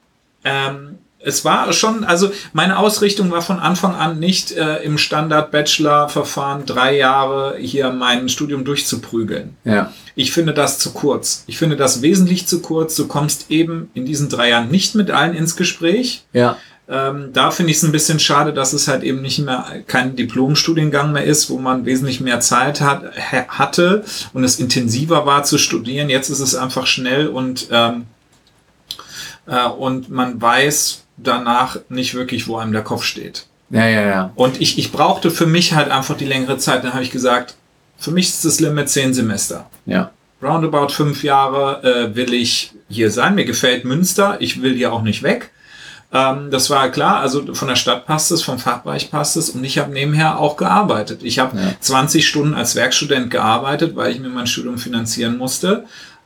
es war schon, also meine Ausrichtung war von Anfang an nicht im Standard-Bachelor-Verfahren 3 Jahre hier mein Studium durchzuprügeln. Ja. Ich finde das zu kurz. Ich finde das wesentlich zu kurz. Du kommst eben in diesen 3 Jahren nicht mit allen ins Gespräch. Ja. Da finde ich es ein bisschen schade, dass es halt eben nicht mehr kein Diplomstudiengang mehr ist, wo man wesentlich mehr Zeit hatte und es intensiver war zu studieren. Jetzt ist es einfach schnell und man weiß danach nicht wirklich, wo einem der Kopf steht. Ja. Und ich brauchte für mich halt einfach die längere Zeit. Dann habe ich gesagt, für mich ist das Limit 10 Semester. Ja. Roundabout 5 Jahre will ich hier sein. Mir gefällt Münster. Ich will hier auch nicht weg. Das war klar. Also von der Stadt passt es, vom Fachbereich passt es. Und ich habe nebenher auch gearbeitet. Ich habe 20 Stunden als Werkstudent gearbeitet, weil ich mir mein Studium finanzieren musste.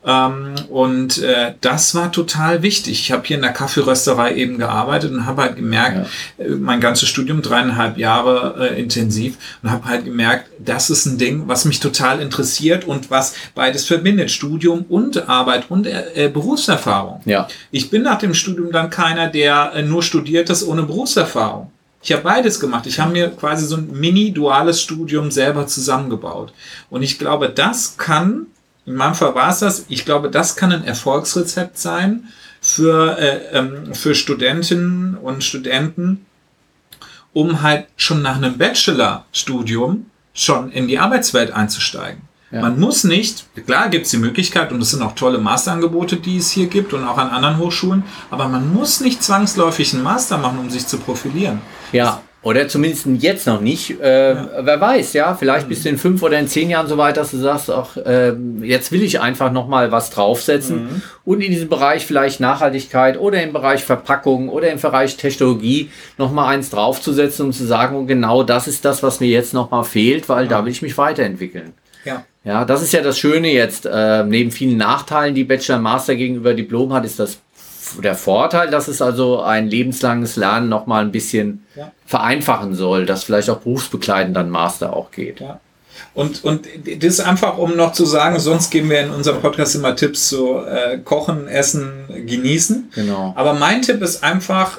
Und das war total wichtig. Ich habe hier in der Kaffeerösterei eben gearbeitet und habe halt gemerkt, mein ganzes Studium 3,5 Jahre intensiv, und habe halt gemerkt, das ist ein Ding, was mich total interessiert und was beides verbindet, Studium und Arbeit und Berufserfahrung. Ja. Ich bin nach dem Studium dann keiner, der nur studiert ist ohne Berufserfahrung. Ich habe beides gemacht. Ich habe mir quasi so ein mini-duales Studium selber zusammengebaut. Und ich glaube, das kann... In meinem Fall war es das. Ich glaube, das kann ein Erfolgsrezept sein für Studentinnen und Studenten, um halt schon nach einem Bachelorstudium schon in die Arbeitswelt einzusteigen. Ja. Man muss nicht, klar gibt es die Möglichkeit, und es sind auch tolle Masterangebote, die es hier gibt und auch an anderen Hochschulen, aber man muss nicht zwangsläufig einen Master machen, um sich zu profilieren. Ja. Oder zumindest jetzt noch nicht. Wer weiß, ja, vielleicht bist du in 5 oder in 10 Jahren so weit, dass du sagst, ach, jetzt will ich einfach nochmal was draufsetzen und in diesem Bereich vielleicht Nachhaltigkeit oder im Bereich Verpackung oder im Bereich Technologie nochmal eins draufzusetzen, um zu sagen, genau das ist das, was mir jetzt nochmal fehlt, weil da will ich mich weiterentwickeln. Ja, das ist ja das Schöne jetzt, neben vielen Nachteilen, die Bachelor und Master gegenüber Diplom hat, ist das der Vorteil, dass es also ein lebenslanges Lernen noch mal ein bisschen vereinfachen soll, dass vielleicht auch berufsbegleitend dann Master auch geht. Ja. Und das ist einfach, um noch zu sagen, sonst geben wir in unserem Podcast immer Tipps zu Kochen, Essen, Genießen. Genau. Aber mein Tipp ist einfach,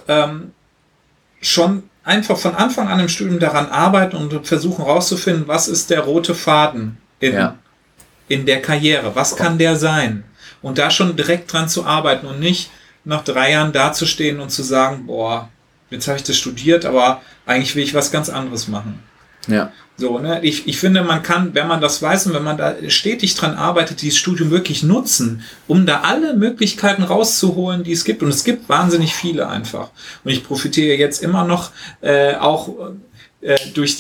schon einfach von Anfang an im Studium daran arbeiten und versuchen rauszufinden, was ist der rote Faden in der Karriere, was kann der sein? Und da schon direkt dran zu arbeiten und nicht nach 3 Jahren dazustehen und zu sagen, boah, jetzt habe ich das studiert, aber eigentlich will ich was ganz anderes machen. Ja. So, ne? Ich finde, man kann, wenn man das weiß und wenn man da stetig dran arbeitet, dieses Studium wirklich nutzen, um da alle Möglichkeiten rauszuholen, die es gibt. Und es gibt wahnsinnig viele einfach. Und ich profitiere jetzt immer noch auch durch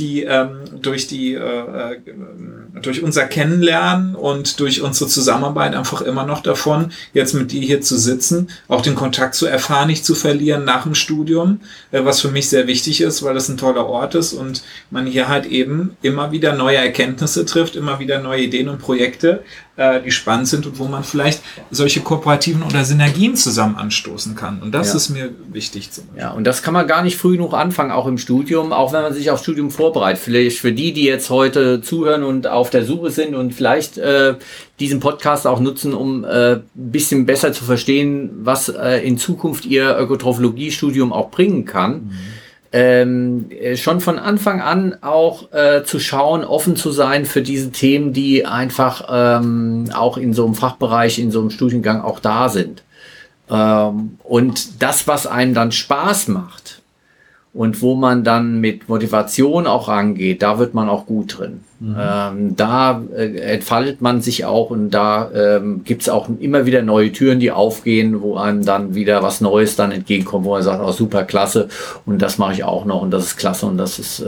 unser Kennenlernen und durch unsere Zusammenarbeit einfach immer noch davon, jetzt mit dir hier zu sitzen, auch den Kontakt zu erfahren, nicht zu verlieren nach dem Studium, was für mich sehr wichtig ist, weil das ein toller Ort ist und man hier halt eben immer wieder neue Erkenntnisse trifft, immer wieder neue Ideen und Projekte, die spannend sind und wo man vielleicht solche kooperativen oder Synergien zusammen anstoßen kann. Und das ist mir wichtig. Zum Beispiel. Ja, und das kann man gar nicht früh genug anfangen, auch im Studium, auch wenn man sich aufs Studium vorbereitet. Vielleicht für die jetzt heute zuhören und auf der Suche sind und vielleicht diesen Podcast auch nutzen, um ein bisschen besser zu verstehen, was in Zukunft ihr Ökotrophologie-Studium auch bringen kann. Schon von Anfang an auch zu schauen, offen zu sein für diese Themen, die einfach auch in so einem Fachbereich, in so einem Studiengang auch da sind. Und das, was einem dann Spaß macht und wo man dann mit Motivation auch rangeht, da wird man auch gut drin. Da entfaltet man sich auch und da gibt's auch immer wieder neue Türen, die aufgehen, wo einem dann wieder was Neues dann entgegenkommt, wo man sagt, oh, super, klasse und das mache ich auch noch und das ist klasse und das ist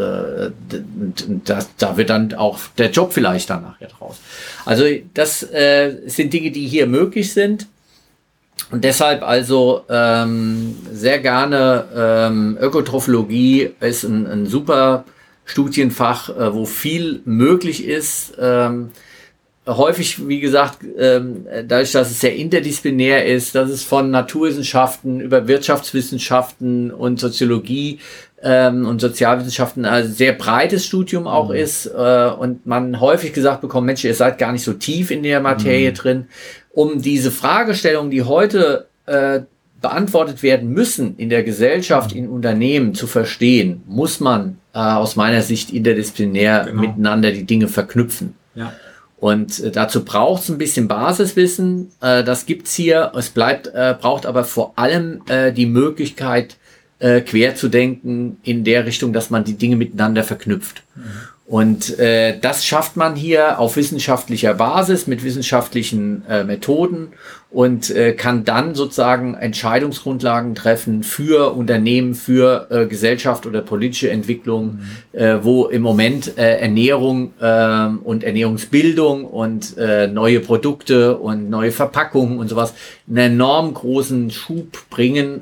da wird dann auch der Job vielleicht dann nachher draus. Also das sind Dinge, die hier möglich sind. Und deshalb also sehr gerne Ökotrophologie ist ein super Studienfach, wo viel möglich ist. Häufig, wie gesagt, dadurch, dass es sehr interdisziplinär ist, dass es von Naturwissenschaften über Wirtschaftswissenschaften und Soziologie und Sozialwissenschaften ein sehr breites Studium auch ist und man häufig gesagt bekommt, Mensch, ihr seid gar nicht so tief in der Materie drin. Um diese Fragestellungen, die heute beantwortet werden müssen in der Gesellschaft, in Unternehmen zu verstehen, muss man aus meiner Sicht interdisziplinär miteinander die Dinge verknüpfen. Ja. Und dazu braucht es ein bisschen Basiswissen, das gibt's hier. Es braucht aber vor allem die Möglichkeit, quer zu denken in der Richtung, dass man die Dinge miteinander verknüpft. Und das schafft man hier auf wissenschaftlicher Basis mit wissenschaftlichen Methoden und kann dann sozusagen Entscheidungsgrundlagen treffen für Unternehmen, für Gesellschaft oder politische Entwicklung, wo im Moment Ernährung und Ernährungsbildung und neue Produkte und neue Verpackungen und sowas einen enorm großen Schub bringen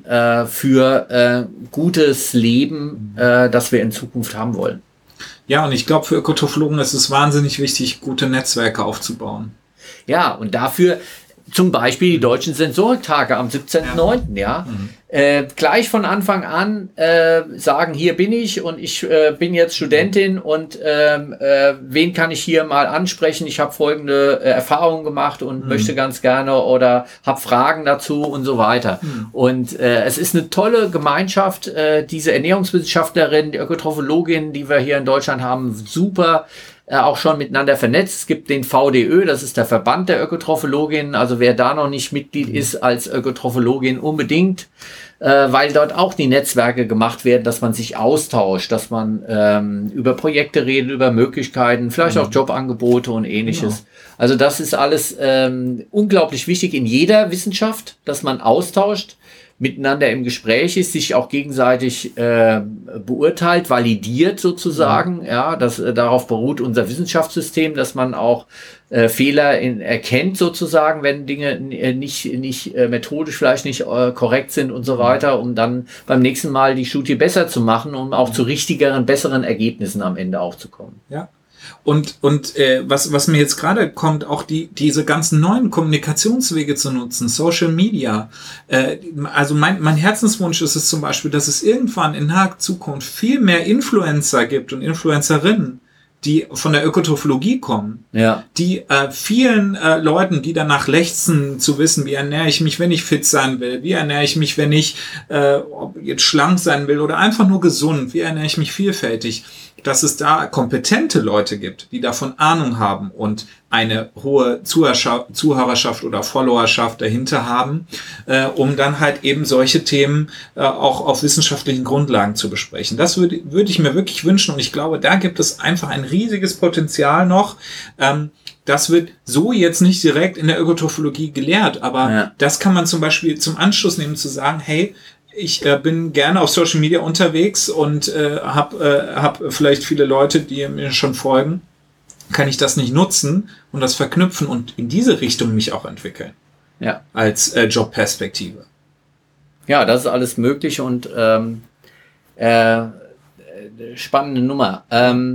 für gutes Leben, das wir in Zukunft haben wollen. Ja, und ich glaube, für Ökotrophologen ist es wahnsinnig wichtig, gute Netzwerke aufzubauen. Ja, und dafür zum Beispiel die Deutschen Sensoriktage am 17.09. Ja. Gleich von Anfang an sagen, hier bin ich und ich bin jetzt Studentin und wen kann ich hier mal ansprechen? Ich habe folgende Erfahrungen gemacht und möchte ganz gerne oder habe Fragen dazu und so weiter. Und es ist eine tolle Gemeinschaft, diese Ernährungswissenschaftlerin, die Ökotrophologin, die wir hier in Deutschland haben, super auch schon miteinander vernetzt. Es gibt den VDÖ, das ist der Verband der Ökotrophologinnen. Also wer da noch nicht Mitglied ist als Ökotrophologin, unbedingt, weil dort auch die Netzwerke gemacht werden, dass man sich austauscht, dass man über Projekte redet, über Möglichkeiten, vielleicht auch Jobangebote und Ähnliches. Genau. Also das ist alles unglaublich wichtig in jeder Wissenschaft, dass man austauscht, miteinander im Gespräch ist, sich auch gegenseitig beurteilt, validiert sozusagen. Ja, darauf beruht unser Wissenschaftssystem, dass man auch Fehler erkennt sozusagen, wenn Dinge nicht methodisch vielleicht nicht korrekt sind und so weiter, um dann beim nächsten Mal die Studie besser zu machen, um auch zu richtigeren, besseren Ergebnissen am Ende auch zu kommen. Ja. Und was mir jetzt gerade kommt, auch diese ganzen neuen Kommunikationswege zu nutzen, Social Media. Also mein Herzenswunsch ist es zum Beispiel, dass es irgendwann in naher Zukunft viel mehr Influencer gibt und Influencerinnen, die von der Ökotrophologie kommen, die vielen Leuten, die danach lechzen, zu wissen, wie ernähre ich mich, wenn ich fit sein will, wie ernähre ich mich, wenn ich jetzt schlank sein will oder einfach nur gesund, wie ernähre ich mich vielfältig, dass es da kompetente Leute gibt, die davon Ahnung haben und eine hohe Zuhörerschaft oder Followerschaft dahinter haben, um dann halt eben solche Themen auch auf wissenschaftlichen Grundlagen zu besprechen. Das würde ich mir wirklich wünschen und ich glaube, da gibt es einfach ein riesiges Potenzial noch. Das wird so jetzt nicht direkt in der Ökotrophologie gelehrt, aber das kann man zum Beispiel zum Anschluss nehmen, zu sagen, hey, ich bin gerne auf Social Media unterwegs und hab vielleicht viele Leute, die mir schon folgen. Kann ich das nicht nutzen und das verknüpfen und in diese Richtung mich auch entwickeln? Ja. Als Jobperspektive. Ja, das ist alles möglich und spannende Nummer.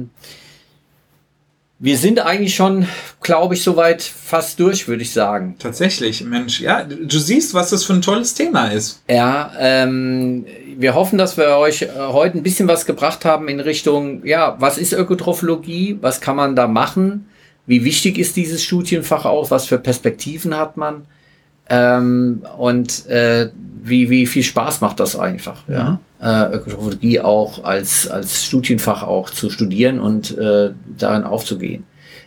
Wir sind eigentlich schon, glaube ich, soweit fast durch, würde ich sagen. Tatsächlich, Mensch. Ja, du siehst, was das für ein tolles Thema ist. Ja, wir hoffen, dass wir euch heute ein bisschen was gebracht haben in Richtung, ja, was ist Ökotrophologie? Was kann man da machen? Wie wichtig ist dieses Studienfach auch? Was für Perspektiven hat man? Und wie viel Spaß macht das einfach? Ja? Ökotrophologie auch als Studienfach auch zu studieren und darin aufzugehen.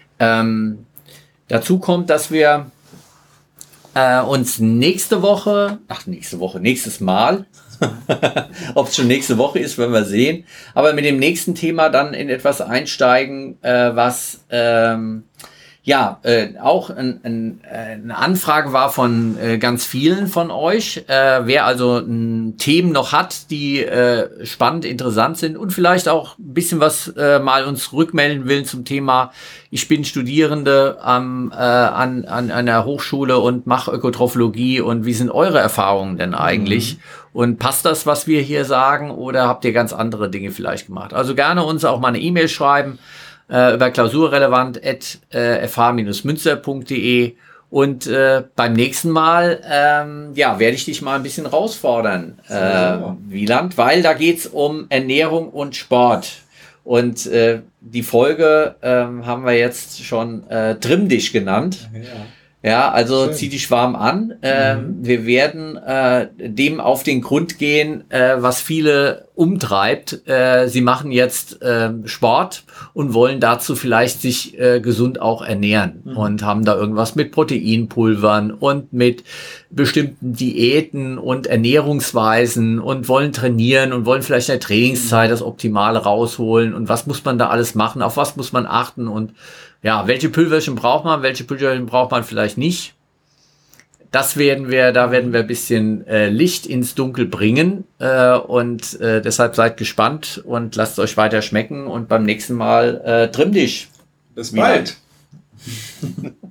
Dazu kommt, dass wir uns nächstes Mal, ob es schon nächste Woche ist, werden wir sehen, aber mit dem nächsten Thema dann in etwas einsteigen, was auch eine Anfrage war von ganz vielen von euch. Wer also Themen noch hat, die spannend, interessant sind und vielleicht auch ein bisschen was mal uns rückmelden will zum Thema, ich bin Studierende an einer Hochschule und mache Ökotrophologie und wie sind eure Erfahrungen denn eigentlich? Und passt das, was wir hier sagen, oder habt ihr ganz andere Dinge vielleicht gemacht? Also gerne uns auch mal eine E-Mail schreiben über klausurrelevant@fh-münster.de und beim nächsten Mal werde ich dich mal ein bisschen herausfordern, Wieland, weil da geht's um Ernährung und Sport. Und die Folge haben wir jetzt schon Trimm dich genannt. Ja, also zieh dich warm an. Wir werden dem auf den Grund gehen, was viele umtreibt. Sie machen jetzt Sport und wollen dazu vielleicht sich gesund auch ernähren und haben da irgendwas mit Proteinpulvern und mit bestimmten Diäten und Ernährungsweisen und wollen trainieren und wollen vielleicht in der Trainingszeit das Optimale rausholen und was muss man da alles machen, auf was muss man achten und ja, welche Pülverchen braucht man, welche Pülverchen braucht man vielleicht nicht. Da werden wir ein bisschen Licht ins Dunkel bringen und deshalb seid gespannt und lasst euch weiter schmecken und beim nächsten Mal trimm dich. Bis bald.